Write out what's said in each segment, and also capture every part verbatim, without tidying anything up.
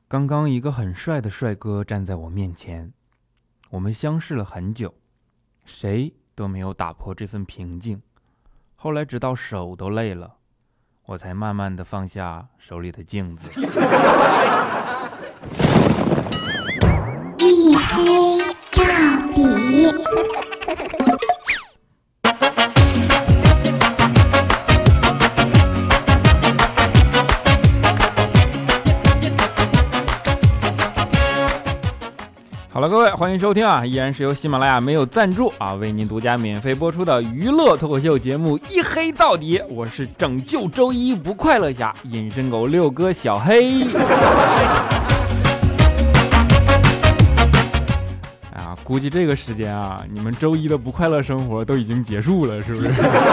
刚刚一个很帅的帅哥站在我面前，我们相视了很久，谁都没有打破这份平静。后来直到手都累了，我才慢慢地放下手里的镜子。 一黑到底。 好了，各位，欢迎收听啊，依然是由喜马拉雅没有赞助啊，为您独家免费播出的娱乐脱口秀节目《一黑到底》，我是拯救周一不快乐侠隐身狗六哥小黑。啊，估计这个时间啊，你们周一的不快乐生活都已经结束了，是不是？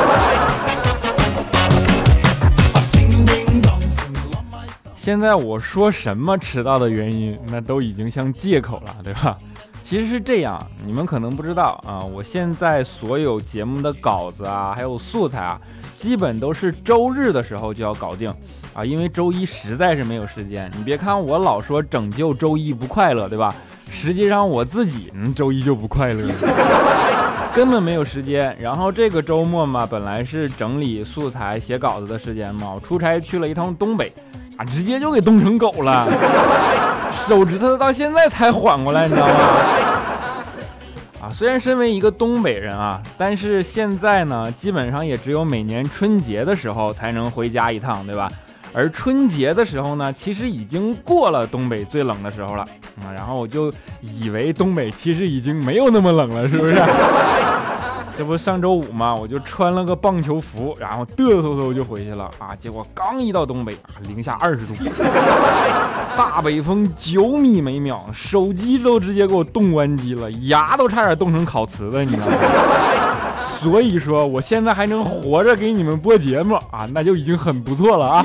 现在我说什么迟到的原因，那都已经像借口了，对吧？其实是这样，你们可能不知道啊，我现在所有节目的稿子啊，还有素材啊，基本都是周日的时候就要搞定啊，因为周一实在是没有时间。你别看我老说拯救周一不快乐，对吧？实际上我自己嗯周一就不快乐，根本没有时间。然后这个周末嘛，本来是整理素材、写稿子的时间嘛，我出差去了一趟东北。啊，直接就给冻成狗了，手指头到现在才缓过来，你知道吗？啊，虽然身为一个东北人啊，但是现在呢，基本上也只有每年春节的时候才能回家一趟，对吧？而春节的时候呢，其实已经过了东北最冷的时候了啊，然后我就以为东北其实已经没有那么冷了，是不是？这不上周五嘛，我就穿了个棒球服，然后嘚嗖嗖就回去了啊！结果刚一到东北啊，零下二十度，大北风九米每秒，手机都直接给我冻关机了，牙都差点冻成烤瓷的，你知道吗？所以说，我现在还能活着给你们播节目啊，那就已经很不错了啊！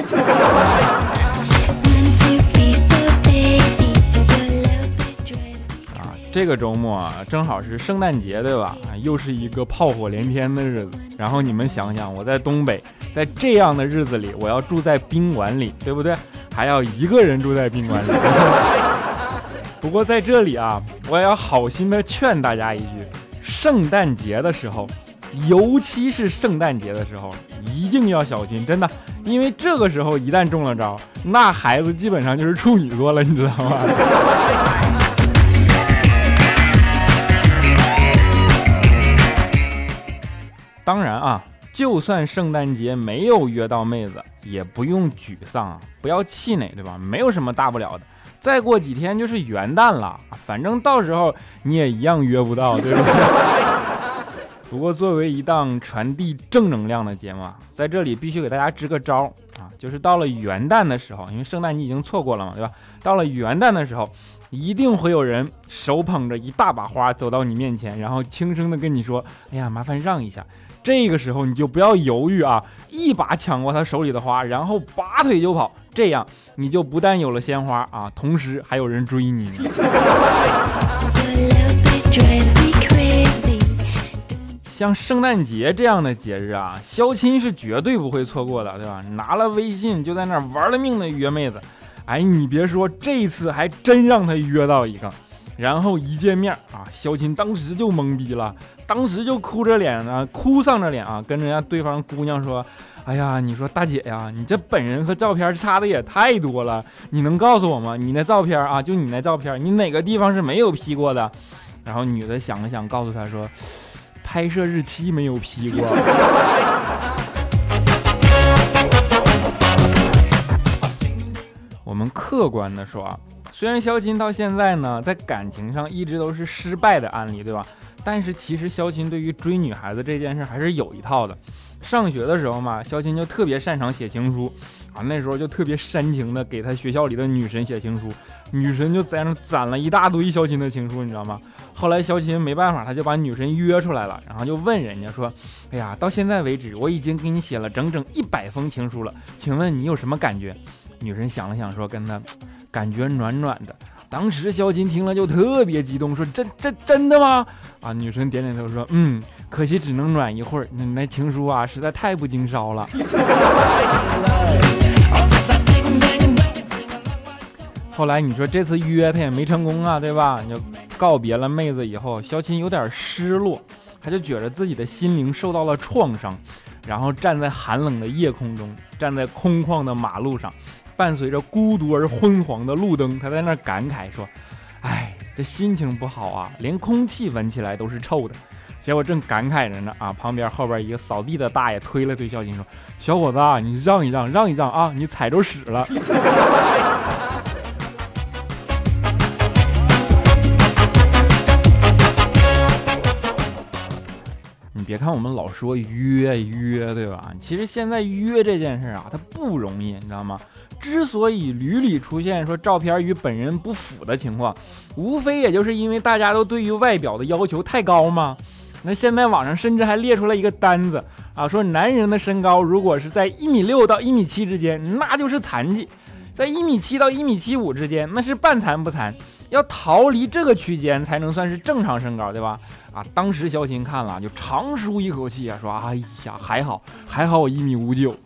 这个周末啊，正好是圣诞节，对吧？啊，又是一个炮火连天的日子。然后你们想想，我在东北，在这样的日子里，我要住在宾馆里，对不对？还要一个人住在宾馆里。不过在这里啊，我也要好心的劝大家一句：圣诞节的时候，尤其是圣诞节的时候，一定要小心，真的，因为这个时候一旦中了招，那孩子基本上就是处女座了，你知道吗？当然啊，就算圣诞节没有约到妹子，也不用沮丧啊，不要气馁，对吧？没有什么大不了的，再过几天就是元旦了，反正到时候你也一样约不到，对不对？不过作为一档传递正能量的节目啊，在这里必须给大家支个招啊，就是到了元旦的时候，因为圣诞你已经错过了嘛，对吧？到了元旦的时候，一定会有人手捧着一大把花走到你面前，然后轻声的跟你说：“哎呀，麻烦让一下。”这个时候你就不要犹豫啊，一把抢过他手里的花，然后拔腿就跑，这样你就不但有了鲜花啊，同时还有人追你。像圣诞节这样的节日啊，相亲是绝对不会错过的，对吧？拿了微信就在那玩了命的约妹子，哎，你别说，这次还真让他约到一个。然后一见面啊，肖琴当时就懵逼了，当时就哭着脸啊，哭丧着脸啊，跟人家对方姑娘说：“哎呀，你说大姐呀，你这本人和照片差的也太多了，你能告诉我吗？你那照片啊，就你那照片，你哪个地方是没有 P 过的？”然后女的想了想，告诉他说：“拍摄日期没有 P 过。”我们客观的说啊，虽然肖琴到现在呢，在感情上一直都是失败的案例，对吧？但是其实肖琴对于追女孩子这件事还是有一套的。上学的时候嘛，肖琴就特别擅长写情书啊，那时候就特别煽情的给他学校里的女神写情书，女神就在那攒了一大堆肖琴的情书，你知道吗？后来肖琴没办法，他就把女神约出来了，然后就问人家说：“哎呀，到现在为止，我已经给你写了整整一百封情书了，请问你有什么感觉？”女神想了想说：“跟他感觉暖暖的。”当时肖琴听了就特别激动，说：“这这真的吗？”啊，女神点点头说：“嗯，可惜只能暖一会儿，你那情书啊，实在太不经烧了。” 后来你说这次约他也没成功啊，对吧？你就告别了妹子以后，肖琴有点失落，他就觉得自己的心灵受到了创伤，然后站在寒冷的夜空中，站在空旷的马路上，伴随着孤独而昏黄的路灯，他在那感慨说：哎，这心情不好啊，连空气闻起来都是臭的。结果正感慨着呢啊，旁边后边一个扫地的大爷推了推肖琴说：小伙子啊，你让一让让一让啊，你踩着屎了。你别看我们老说约约，对吧？其实现在约这件事啊，它不容易，你知道吗？之所以屡屡出现说照片与本人不符的情况，无非也就是因为大家都对于外表的要求太高嘛。那现在网上甚至还列出了一个单子啊，说男人的身高如果是在一米六到一米七之间，那就是残疾；在一米七到一米七五之间，那是半残不残。要逃离这个区间才能算是正常身高，对吧？啊，当时肖琴看了就长舒一口气啊，说：哎呀，还好还好我一米五九。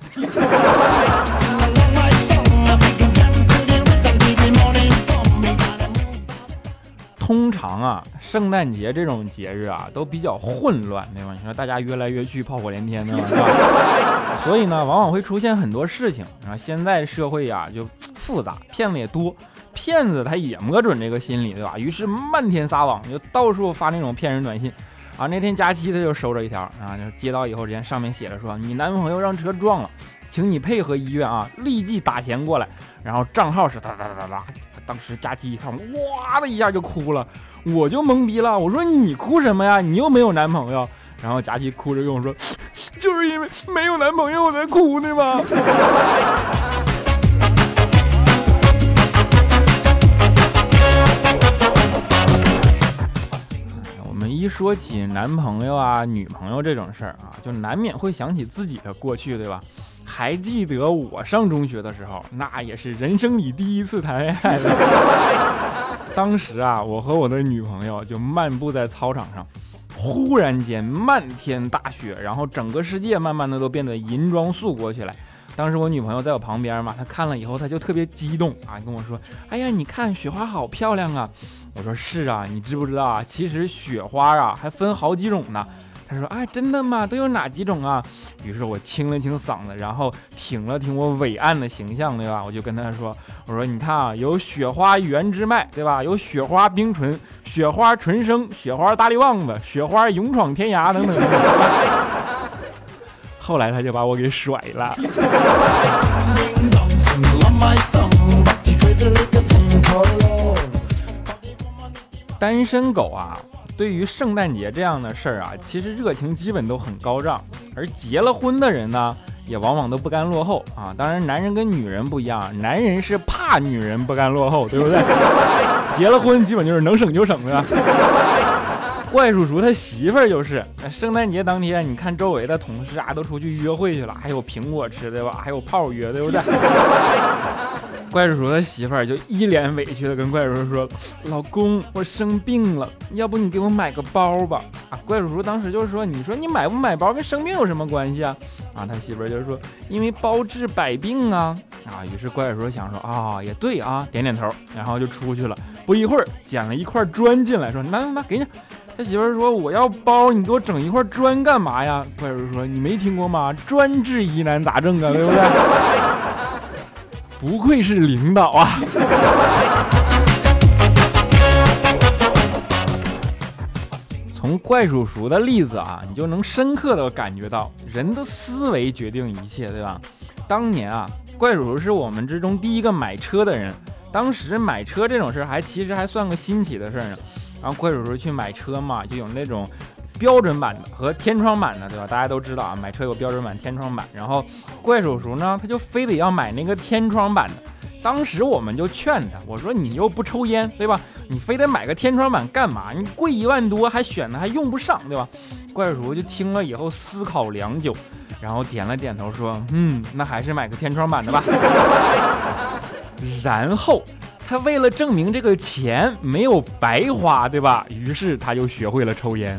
通常啊，圣诞节这种节日啊，都比较混乱，对吧？你说大家约来约去，炮火连天的嘛，是吧？所以呢，往往会出现很多事情啊。现在社会啊就复杂，骗子也多，骗子他也摸准这个心理，对吧？于是漫天撒网，就到处发那种骗人短信啊。那天佳期他就收着一条啊，就接到以后，之前上面写着说：你男朋友让车撞了，请你配合医院啊，立即打钱过来。然后账号是哒哒哒哒哒。当时佳期一看，哇的一下就哭了，我就懵逼了。我说你哭什么呀？你又没有男朋友。然后佳期哭着跟我说，就是因为没有男朋友我才哭的嘛。我们一说起男朋友啊、女朋友这种事儿啊，就难免会想起自己的过去，对吧？还记得我上中学的时候，那也是人生里第一次谈恋爱了。当时啊，我和我的女朋友就漫步在操场上，忽然间漫天大雪，然后整个世界慢慢的都变得银装素裹起来。当时我女朋友在我旁边嘛，她看了以后，她就特别激动啊，跟我说：哎呀，你看雪花好漂亮啊。我说是啊，你知不知道啊，其实雪花啊还分好几种呢。他说：哎，真的吗？都有哪几种啊？于是我清了清嗓子，然后挺了挺我伟岸的形象，对吧？我就跟他说：我说你看啊，有雪花原之麦，对吧？有雪花冰醇、雪花纯生、雪花大力旺子、雪花勇闯天涯等等。后来他就把我给甩了。单身狗啊，对于圣诞节这样的事儿啊，其实热情基本都很高涨，而结了婚的人呢，也往往都不甘落后啊。当然，男人跟女人不一样，男人是怕女人不甘落后，对不对？结了婚基本就是能省就省的。怪叔叔他媳妇儿就是，圣诞节当天，你看周围的同事啊都出去约会去了，还有苹果吃，对吧？还有炮约，对不对？怪叔叔的媳妇儿就一脸委屈的跟怪叔叔说：老公，我生病了，要不你给我买个包吧。啊，怪叔叔当时就说：你说你买不买包跟生病有什么关系啊？啊，他媳妇儿就说：因为包治百病啊。啊，于是怪叔叔想说：啊，也对啊，点点头，然后就出去了。不一会儿捡了一块砖进来，说：拿拿拿，给你。他媳妇儿说：我要包，你给我整一块砖干嘛呀？怪叔叔说：你没听过吗？专治疑难杂症啊，对不对？不愧是领导啊。从怪叔叔的例子啊，你就能深刻的感觉到人的思维决定一切，对吧？当年啊，怪叔叔是我们之中第一个买车的人，当时买车这种事还其实还算个新奇的事呢。然后怪叔叔去买车嘛，就有那种标准版的和天窗版的，对吧？大家都知道啊，买车有标准版、天窗版。然后怪叔叔呢，他就非得要买那个天窗版的。当时我们就劝他，我说你又不抽烟，对吧？你非得买个天窗版干嘛？你贵一万多还选的还用不上，对吧？怪叔叔就听了以后思考良久，然后点了点头说：嗯，那还是买个天窗版的吧。然后他为了证明这个钱没有白花，对吧？于是他就学会了抽烟。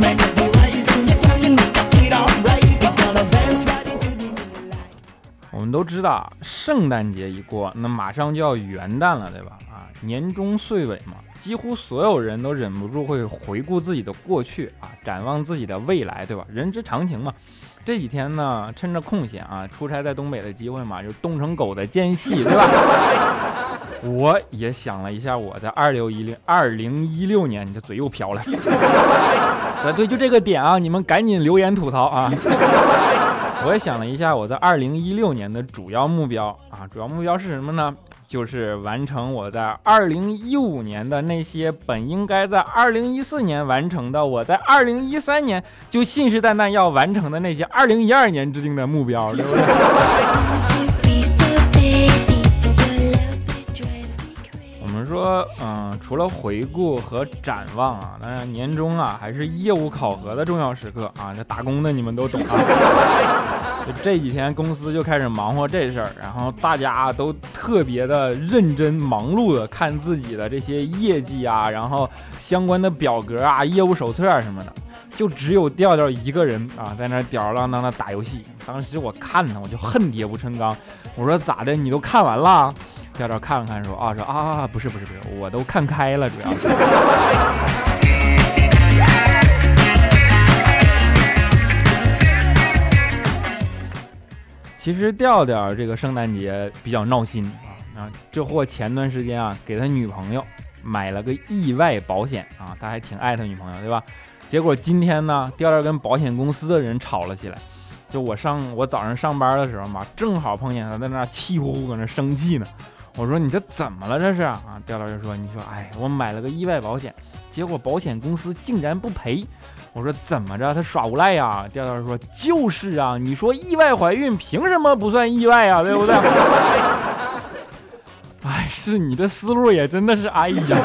我们都知道，圣诞节一过，那马上就要元旦了，对吧？啊，年终岁尾嘛，几乎所有人都忍不住会回顾自己的过去啊，展望自己的未来，对吧？人之常情嘛。这几天呢，趁着空闲啊，出差在东北的机会嘛，就冻成狗的间隙，对吧？我也想了一下，我在二零一零二零一六年，你这嘴又瓢了。啊，对，就这个点啊，你们赶紧留言吐槽啊！我也想了一下，我在二零一六年的主要目标啊，主要目标是什么呢？就是完成我在二零一五年的那些本应该在二零一四年完成的，我在二零一三年就信誓旦旦要完成的那些二零一二年制定的目标，对不对？我们说，嗯，除了回顾和展望啊，当然年终啊还是业务考核的重要时刻啊，这打工的你们都懂啊。就这几天公司就开始忙活这事儿，然后大家都特别的认真忙碌的看自己的这些业绩啊，然后相关的表格啊、业务手册啊什么的，就只有调调一个人啊在那吊儿郎当的打游戏。当时我看他，我就恨铁不成钢，我说咋的，你都看完了？调调看了看说啊说啊不是不是不是，我都看开了，主要是。其实调调这个圣诞节比较闹心啊，啊，这货前段时间啊给他女朋友买了个意外保险啊，他还挺爱他女朋友，对吧？结果今天呢，调调跟保险公司的人吵了起来。就我上我早上上班的时候嘛，正好碰见他在那气呼呼搁那生气呢。我说你这怎么了这是啊？调调就说你说哎，我买了个意外保险，结果保险公司竟然不赔。我说怎么着，他耍无赖呀？调调说就是啊，你说意外怀孕凭什么不算意外啊？对不对？哎，是你的思路也真的是哎呀。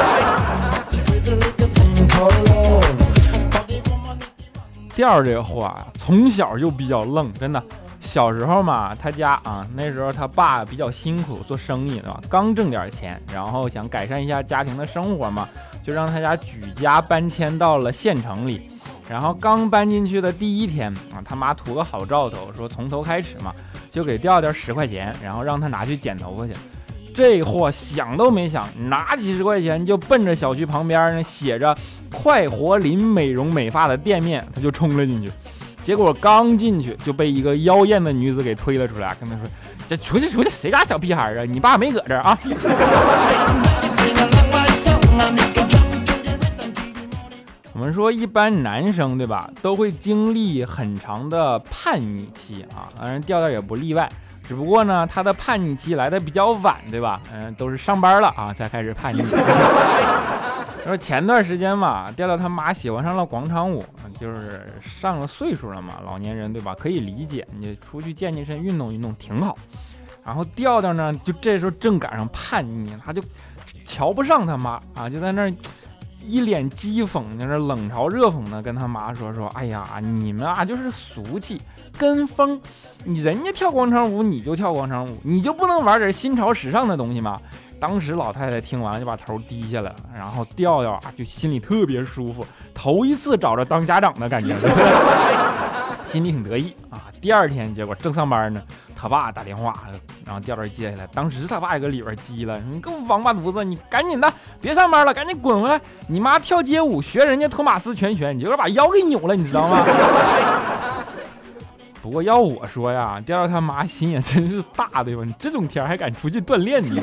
调这个货啊，从小就比较愣，真的。小时候嘛，他家啊，那时候他爸比较辛苦做生意，对吧？刚挣点钱，然后想改善一下家庭的生活嘛，就让他家举家搬迁到了县城里。然后刚搬进去的第一天啊，他妈图个好兆头，说从头开始嘛，就给调调十块钱，然后让他拿去剪头发去。这货想都没想，拿起十块钱就奔着小区旁边呢写着快活林美容美发的店面，他就冲了进去。结果刚进去就被一个妖艳的女子给推了出来，跟他说：“这出去出去，谁家小屁孩啊？你爸没搁这儿啊！”我们说一般男生对吧，都会经历很长的叛逆期啊，当然调调也不例外。只不过呢，他的叛逆期来的比较晚，对吧？嗯，都是上班了啊才开始叛逆。说前段时间嘛，调调他妈喜欢上了广场舞，就是上了岁数了嘛，老年人对吧？可以理解，你出去健健身、运动运动挺好。然后调调呢，就这时候正赶上叛逆，他就瞧不上他妈啊，就在那儿一脸讥讽，在那冷嘲热讽的跟他妈说说，哎呀，你们啊就是俗气，跟风，你人家跳广场舞你就跳广场舞，你就不能玩点新潮时尚的东西吗？当时老太太听完就把头低下来了，然后调调啊就心里特别舒服，头一次找着当家长的感觉，心里挺得意啊。第二天结果正上班呢，他爸打电话，然后调调接下来，当时他爸也搁里边急了，你个王八犊子，你赶紧的别上班了，赶紧滚回来，你妈跳街舞学人家托马斯全旋，你结果把腰给扭了，你知道吗？不过要我说呀，调调他妈心也真是大，对吧？你这种天还敢出去锻炼你？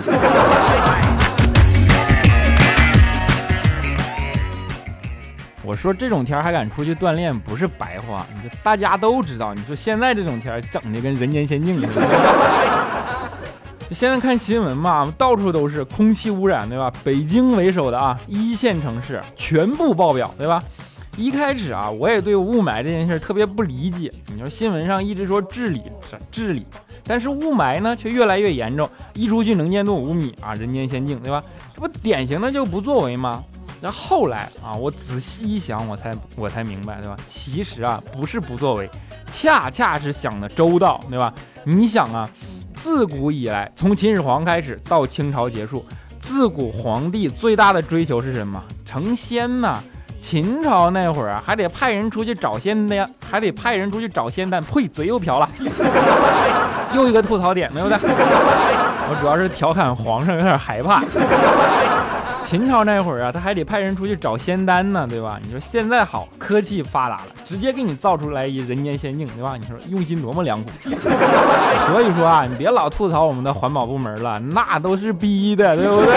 我说这种天还敢出去锻炼，不是白话。你这大家都知道，你说现在这种天整的跟人间仙境似的。现在看新闻嘛，到处都是空气污染，对吧？北京为首的啊一线城市全部爆表，对吧？一开始啊，我也对雾霾这件事特别不理解。你说新闻上一直说治理是治理，但是雾霾呢却越来越严重，一出去能见度五米啊，人间仙境，对吧？这不典型的就不作为吗？然后后来啊，我仔细一想，我才我才明白，对吧？其实啊，不是不作为，恰恰是想的周到，对吧？你想啊，自古以来，从秦始皇开始到清朝结束，自古皇帝最大的追求是什么？成仙呐！秦朝那会儿啊，还得派人出去找仙丹，还得派人出去找仙丹，呸，嘴又瓢了。 又一个吐槽点，对不对？我主要是调侃皇上有点害怕。秦朝那会儿啊，他还得派人出去找仙丹呢，对吧？你说现在好，科技发达了，直接给你造出来一人间仙境，对吧？你说用心多么良苦。所以说啊，你别老吐槽我们的环保部门了，那都是逼的，对不对？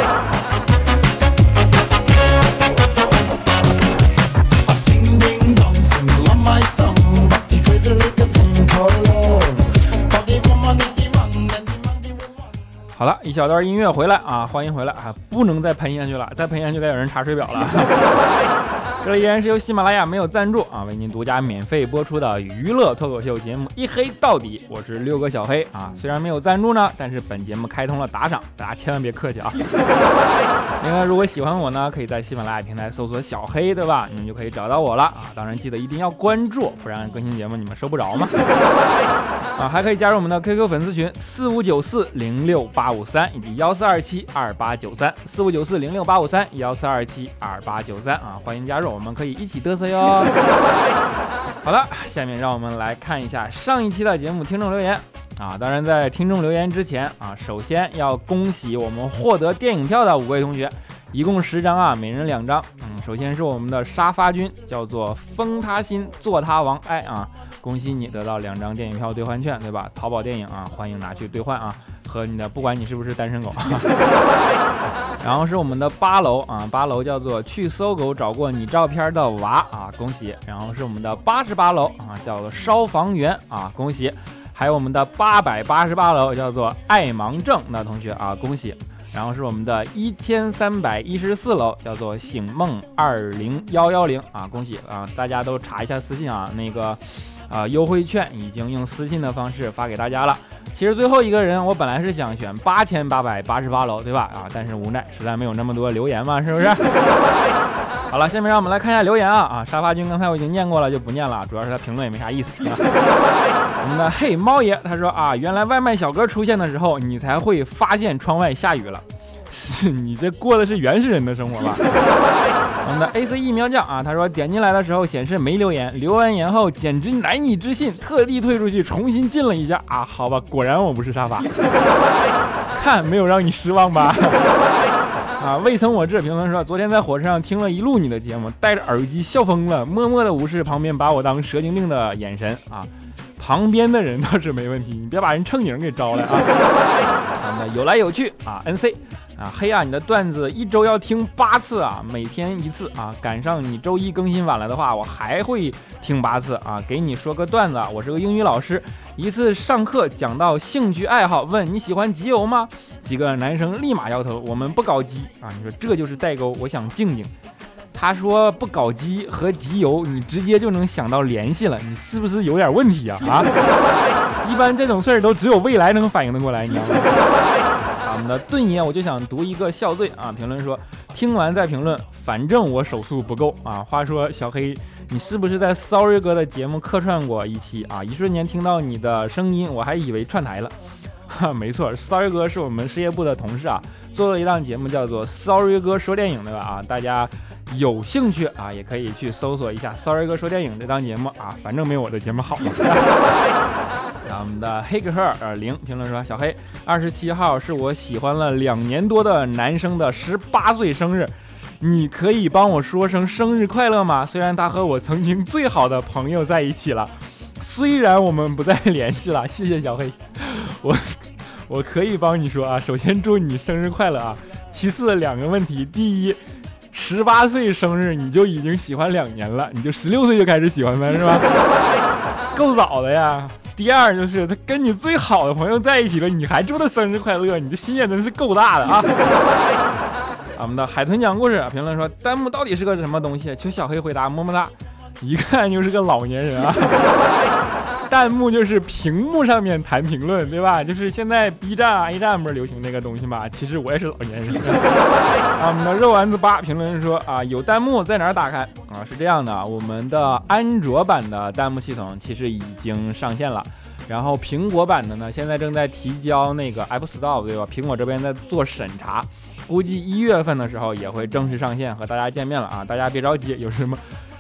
好了，一小段音乐回来啊，欢迎回来啊！不能再喷下去了，再喷下去该有人查水表了。这里依然是由喜马拉雅没有赞助啊，为您独家免费播出的娱乐脱口秀节目《一黑到底》，我是六哥小黑啊。虽然没有赞助呢，但是本节目开通了打赏，大家千万别客气啊。另外，如果喜欢我呢，可以在喜马拉雅平台搜索小黑，对吧？你们就可以找到我了啊。当然记得一定要关注，不然更新节目你们收不着嘛。啊，还可以加入我们的 Q Q 粉丝群四五九四零六八五三以及幺四二七二八九三四五九四零六八五三幺四二七二八九三啊，欢迎加入，我们可以一起嘚瑟哟。好了，下面让我们来看一下上一期的节目听众留言啊。当然，在听众留言之前啊，首先要恭喜我们获得电影票的五位同学，一共十张啊，每人两张。嗯，首先是我们的沙发君，叫做封他心做他王爱啊。恭喜你得到两张电影票兑换券，对吧？淘宝电影啊，欢迎拿去兑换啊，和你的不管你是不是单身狗。然后是我们的八楼啊，八楼叫做去搜狗找过你照片的娃啊，恭喜。然后是我们的八十八楼啊，叫做消防员啊，恭喜。还有我们的八百八十八楼叫做爱盲症的同学啊，恭喜。然后是我们的一千三百一十四楼叫做醒梦二零幺幺零啊，恭喜啊！大家都查一下私信啊，那个啊、呃、优惠券已经用私信的方式发给大家了。其实最后一个人我本来是想选八千八百八十八楼，对吧？啊，但是无奈实在没有那么多留言嘛，是不是？好了，下面让我们来看一下留言啊啊！沙发君刚才我已经念过了，就不念了，主要是他评论也没啥意思。啊、我们的嘿猫爷他说啊，原来外卖小哥出现的时候，你才会发现窗外下雨了。是你这过的是原始人的生活吧？我们的 A C E 喵酱啊，他说点进来的时候显示没留言，留完言后简直难以置信，特地退出去重新进了一下啊，好吧，果然我不是沙发，看没有让你失望吧？啊，未曾我志评论说，昨天在火车上听了一路你的节目，戴着耳机笑疯了，默默的无视旁边把我当蛇精病的眼神啊。旁边的人倒是没问题，你别把人正经给招来啊。啊，有来有去啊 ，N C。啊，黑啊！你的段子一周要听八次啊，每天一次啊。赶上你周一更新晚了的话，我还会听八次啊。给你说个段子，我是个英语老师，一次上课讲到兴趣爱好，问你喜欢集邮吗？几个男生立马摇头，我们不搞基啊。你说这就是代沟，我想静静。他说不搞基和集邮，你直接就能想到联系了，你是不是有点问题啊？啊，一般这种事儿都只有未来能反应得过来，你知道吗？我们的盾爷，我就想读一个笑罪啊！评论说，听完再评论，反正我手速不够啊。话说小黑，你是不是在 Sorry 哥的节目客串过一期啊？一瞬间听到你的声音，我还以为串台了。哈，没错 ，Sorry 哥是我们事业部的同事啊，做了一档节目叫做 Sorry 哥说电影，对吧？啊，大家有兴趣啊，也可以去搜索一下 Sorry 哥说电影这档节目啊，反正没有我的节目好。我们的黑格赫尔零评论说，小黑二十七号是我喜欢了两年多的男生的十八岁生日，你可以帮我说声生日快乐吗？虽然他和我曾经最好的朋友在一起了，虽然我们不再联系了，谢谢小黑。我我可以帮你说啊，首先祝你生日快乐啊，其次两个问题，第一，十八岁生日你就已经喜欢两年了，你就十六岁就开始喜欢了是吧？够早的呀。第二就是他跟你最好的朋友在一起了，你还祝他生日快乐，你这心也真是够大的啊！我们的海豚讲故事评论说，弹幕到底是个什么东西？求小黑回答，么么哒！一看就是个老年人啊！弹幕就是屏幕上面弹评论，对吧？就是现在 B 站啊 A 站不是流行那个东西嘛？其实我也是老年人。啊，我们的肉丸子八评论说啊，有弹幕在哪儿打开啊？是这样的，我们的安卓版的弹幕系统其实已经上线了，然后苹果版的呢，现在正在提交那个 App Store， 对吧？苹果这边在做审查，估计一月份的时候也会正式上线和大家见面了啊！大家别着急，有什么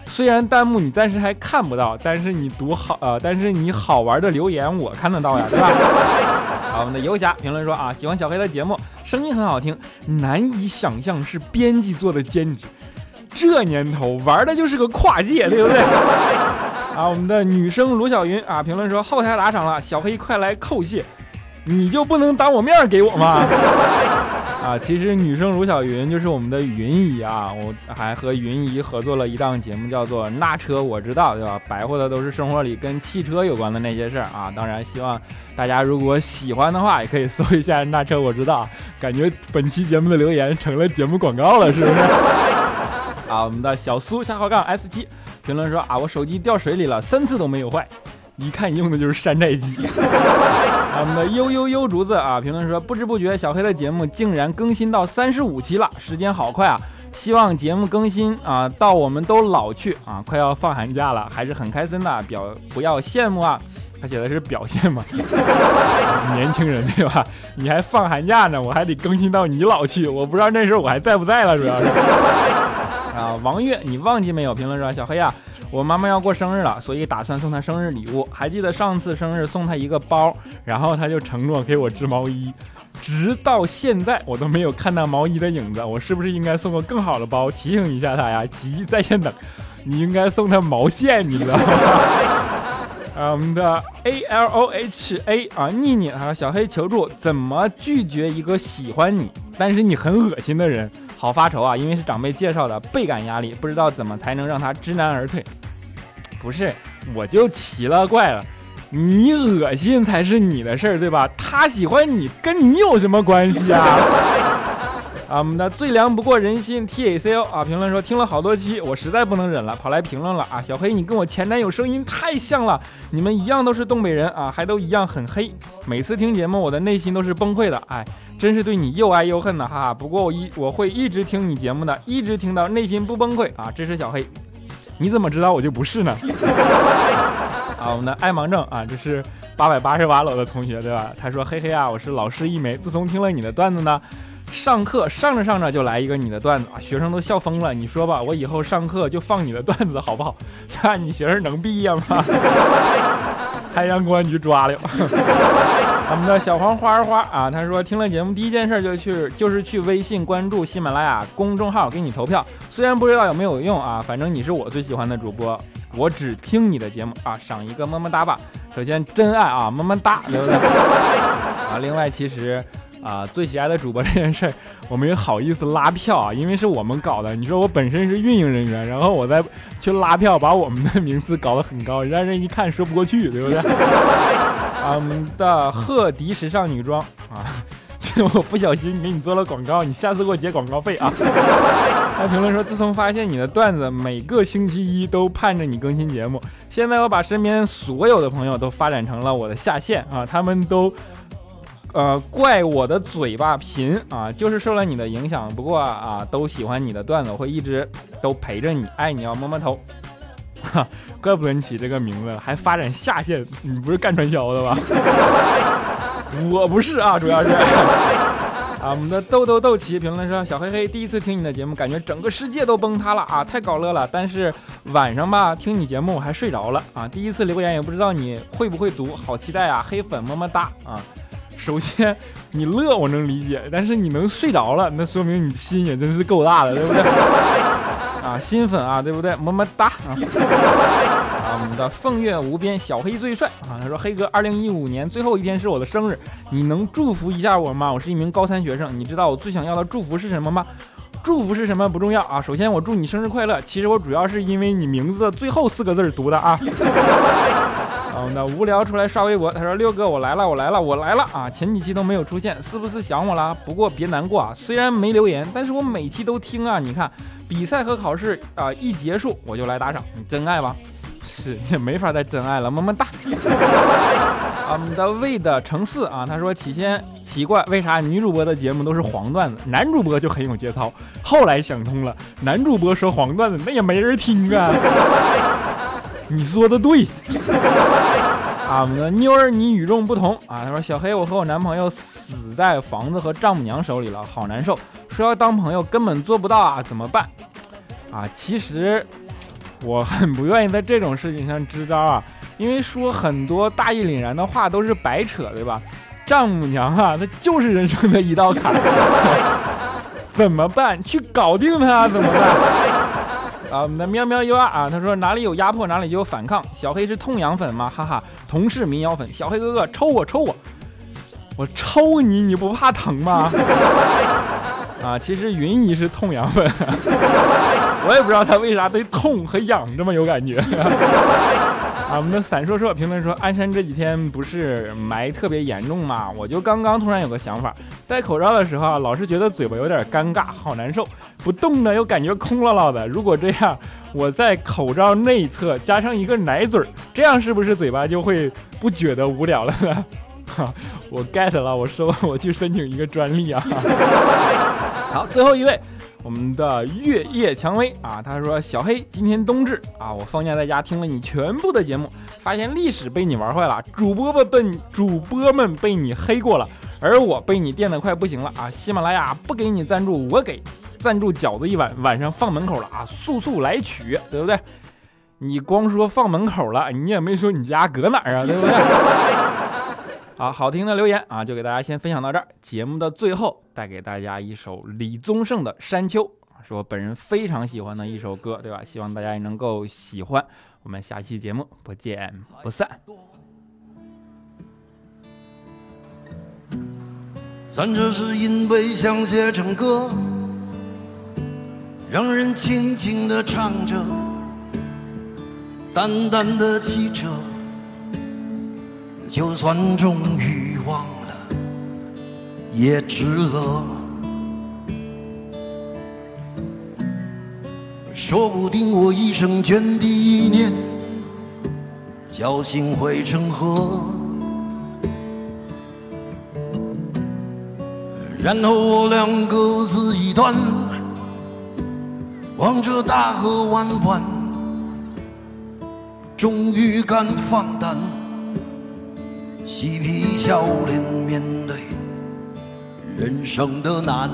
虽然弹幕你暂时还看不到，但是你读好呃，但是你好玩的留言我看得到呀，对吧？好，我们的游侠评论说啊，喜欢小黑的节目，声音很好听，难以想象是编辑做的兼职。这年头玩的就是个跨界，对不对？啊，我们的女生卢小云啊评论说，后台打赏了，小黑快来叩谢，你就不能当我面给我吗？啊，其实女生卢小云就是我们的云姨啊，我还和云姨合作了一档节目，叫做《那车我知道》，对吧？白活的都是生活里跟汽车有关的那些事儿啊。当然，希望大家如果喜欢的话，也可以搜一下《那车我知道》。感觉本期节目的留言成了节目广告了，是不是？啊，我们的小苏下号杠 S 七评论说啊，我手机掉水里了，三次都没有坏。一看用的就是山寨机。我们的悠悠悠竹子啊评论说，不知不觉小黑的节目竟然更新到三十五期了，时间好快啊！希望节目更新啊到我们都老去啊，快要放寒假了，还是很开心的，表不要羡慕啊。他写的是表现嘛，年轻人对吧？你还放寒假呢，我还得更新到你老去，我不知道那时候我还在不在了，主要是。啊，王月，你忘记没有？评论说，小黑啊，我妈妈要过生日了，所以打算送她生日礼物。还记得上次生日送她一个包，然后她就承诺给我织毛衣，直到现在我都没有看到毛衣的影子。我是不是应该送个更好的包，提醒一下她呀？急，在线等。你应该送她毛线，你知道吗？啊，我们的 A L O H A 啊，妮妮啊，小黑求助，怎么拒绝一个喜欢你但是你很恶心的人？好发愁啊，因为是长辈介绍的，倍感压力，不知道怎么才能让他知难而退。不是，我就奇了怪了，你恶心才是你的事儿，对吧？他喜欢你跟你有什么关系啊？啊，我们的最凉不过人心 T A C O 啊，评论说听了好多期，我实在不能忍了，跑来评论了啊！小黑，你跟我前男友声音太像了，你们一样都是东北人啊，还都一样很黑。每次听节目，我的内心都是崩溃的，哎，真是对你又爱又恨的哈哈。不过我一我会一直听你节目的，一直听到内心不崩溃啊！支持小黑，你怎么知道我就不是呢？啊，我们的爱盲症啊，这是八百八十八楼的同学对吧？他说：嘿嘿啊，我是老师一枚，自从听了你的段子呢。上课上着上着就来一个你的段子啊，学生都笑疯了。你说吧，我以后上课就放你的段子好不好？那你学生能毕业吗？还让公安局抓了。我们的小黄花花啊，他说听了节目第一件事就去就是去微信关注喜马拉雅公众号给你投票，虽然不知道有没有用啊，反正你是我最喜欢的主播，我只听你的节目啊，赏一个么么哒吧。首先真爱啊，么么哒，对不对？啊，另外其实。啊，最喜爱的主播这件事儿，我没好意思拉票啊，因为是我们搞的。你说我本身是运营人员，然后我再去拉票，把我们的名次搞得很高，让人一看说不过去，对不对？啊，我们的鹤迪时尚女装啊，这我不小心给你做了广告，你下次给我结广告费啊。他评论说，自从发现你的段子每个星期一都盼着你更新节目，现在我把身边所有的朋友都发展成了我的下线啊，他们都。呃，怪我的嘴巴贫啊，就是受了你的影响。不过啊，都喜欢你的段子，我会一直都陪着你，爱你哦，摸摸头。哈，怪不得你起这个名字，还发展下线，你不是干传销的吧？我不是啊，主要是啊，我们的豆豆豆奇评论说，小黑黑第一次听你的节目，感觉整个世界都崩塌了啊，太搞乐了。但是晚上吧，听你节目我还睡着了啊。第一次留言也不知道你会不会读，好期待啊，黑粉么么哒啊。首先你乐我能理解，但是你能睡着了，那说明你心也真是够大的，对不对？啊，新粉啊，对不对？么么哒啊！啊，我们的凤月无边小黑最帅啊！他说，黑哥，二零一五年最后一天是我的生日，你能祝福一下我吗？我是一名高三学生，你知道我最想要的祝福是什么吗？祝福是什么不重要啊，首先我祝你生日快乐。其实我主要是因为你名字的最后四个字读的啊。好，那无聊出来刷微博，他说六哥我来了我来了我来了啊！前几期都没有出现，是不是想我了？不过别难过啊，虽然没留言，但是我每期都听啊。你看比赛和考试啊、呃、一结束我就来打赏，你真爱吧？是也没法再真爱了，么么哒。我们的魏的乘四啊，他说起先奇怪为啥女主播的节目都是黄段子，男主播就很有节操。后来想通了，男主播说黄段子那也没人听啊。你说的对。啊，我们的妞儿你与众不同啊，他说小黑我和我男朋友死在房子和丈母娘手里了，好难受，说要当朋友根本做不到啊，怎么办啊？其实我很不愿意在这种事情上支招啊，因为说很多大义凛然的话都是白扯，对吧？丈母娘啊，她就是人生的一道坎，怎么办？去搞定她怎么办？啊，我们的喵喵优啊啊，他说哪里有压迫哪里就有反抗。小黑是痛痒粉吗？哈哈，同是民谣粉。小黑哥哥抽我抽我，我抽你你不怕疼吗？啊，其实云姨是痛痒粉，我也不知道他为啥对痛和痒这么有感觉。啊，我们的散说说评论说，鞍山这几天不是霾特别严重吗？我就刚刚突然有个想法，戴口罩的时候啊，老是觉得嘴巴有点尴尬，好难受，不动的又感觉空落落的。如果这样，我在口罩内侧加上一个奶嘴，这样是不是嘴巴就会不觉得无聊了呢？哈，我 get 了，我说我去申请一个专利啊。好，最后一位。我们的月夜蔷薇啊，他说小黑今天冬至啊，我放假在家听了你全部的节目，发现历史被你玩坏了，主播们被主播们被你黑过了，而我被你电得快不行了啊！喜马拉雅不给你赞助，我给赞助饺子一碗，晚上放门口了啊，速速来取，对不对？你光说放门口了，你也没说你家搁哪儿啊，对不对？好好听的留言啊，就给大家先分享到这儿。节目的最后，带给大家一首李宗盛的《山丘》，是我本人非常喜欢的一首歌，对吧？希望大家也能够喜欢。我们下期节目不见不散。 咱这是因为想写成歌，让人轻轻地唱着，淡淡的骑着。就算终于忘了，也值了。说不定我一生涓滴一念，侥幸汇成河。然后我俩各自一端，望着大河弯弯，终于敢放胆。嬉皮笑脸面对人生的难，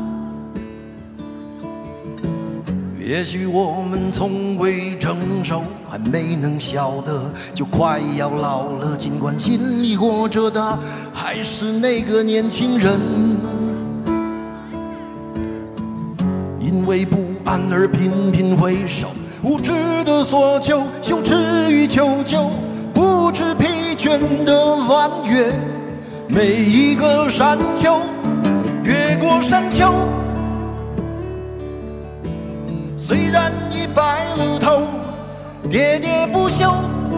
也许我们从未成熟，还没能晓得就快要老了，尽管心里活着的还是那个年轻人。因为不安而频频回首，无知的索求，羞耻与求救，不知疲倦的翻越每一个山丘，越过山丘，虽然已白了头，喋喋不休，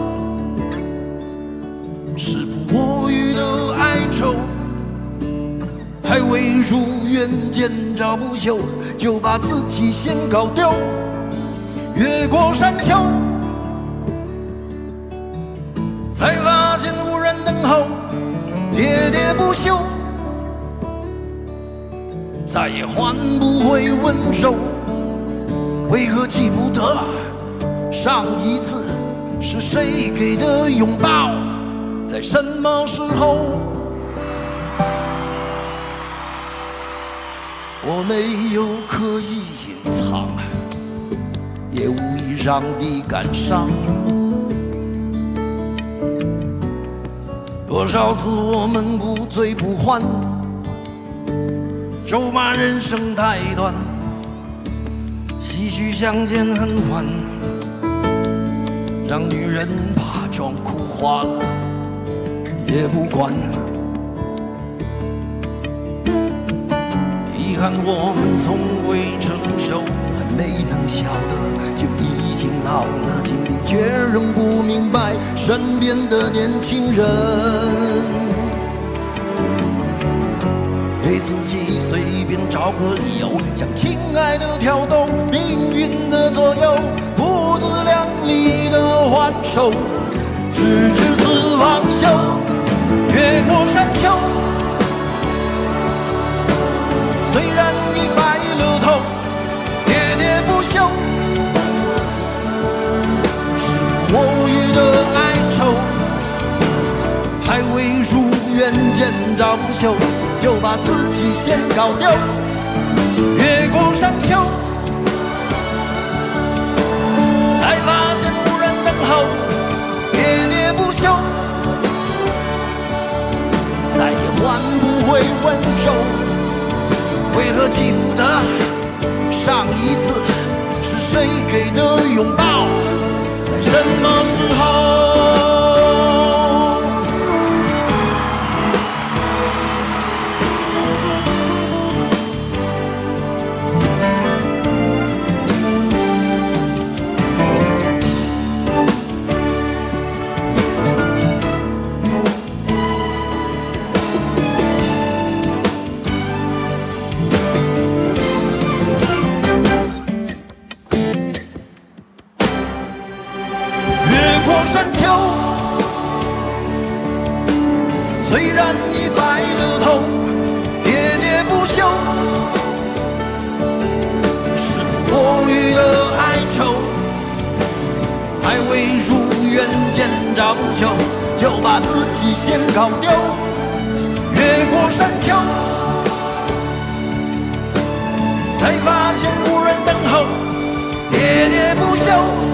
时不我予的哀愁，还未如愿见着不朽，就把自己先搞丢，越过山丘，才发现无人等候，喋喋不休，再也换不回温柔。为何记不得上一次是谁给的拥抱，在什么时候？我没有刻意隐藏，也无意让你感伤。多少次我们不醉不欢，咒骂人生太短，唏嘘相见恨晚，让女人把妆哭花了也不管。遗憾我们从未成熟，还没能晓得就已经老了，经历却仍不明白身边的年轻人，给自己随便找个理由，向亲爱的挑逗，命运的左右，不自量力的还手，直至死方休，越过山丘，虽然已白了头，喋喋不休，是我予的哀愁，还未如愿见着不朽，就把自己先搞丢，越过山丘，才发现无人等候，喋喋不休，再也换不回温柔。为何记不得上一次是谁给的拥抱，在什么时候？山丘，虽然已白了头，喋喋不休，是多余的哀愁。还未如愿见着不久，就把自己先搞丢。越过山丘，才发现无人等候，喋喋不休。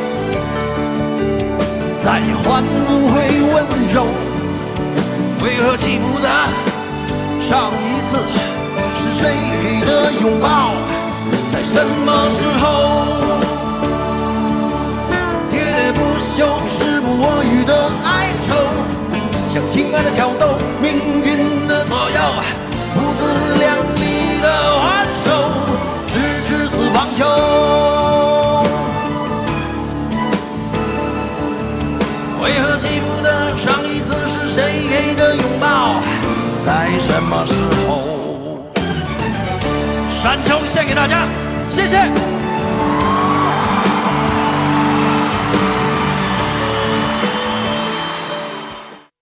再也换不回温柔，为何记不得上一次是谁给的拥抱，在什么时候？喋喋不休，时不我予的哀愁，像情爱的挑逗，命运的左右，不自量力的还手，直至死方休。为何记不得上一次是谁给的拥抱，在什么时候？山丘献给大家，谢谢。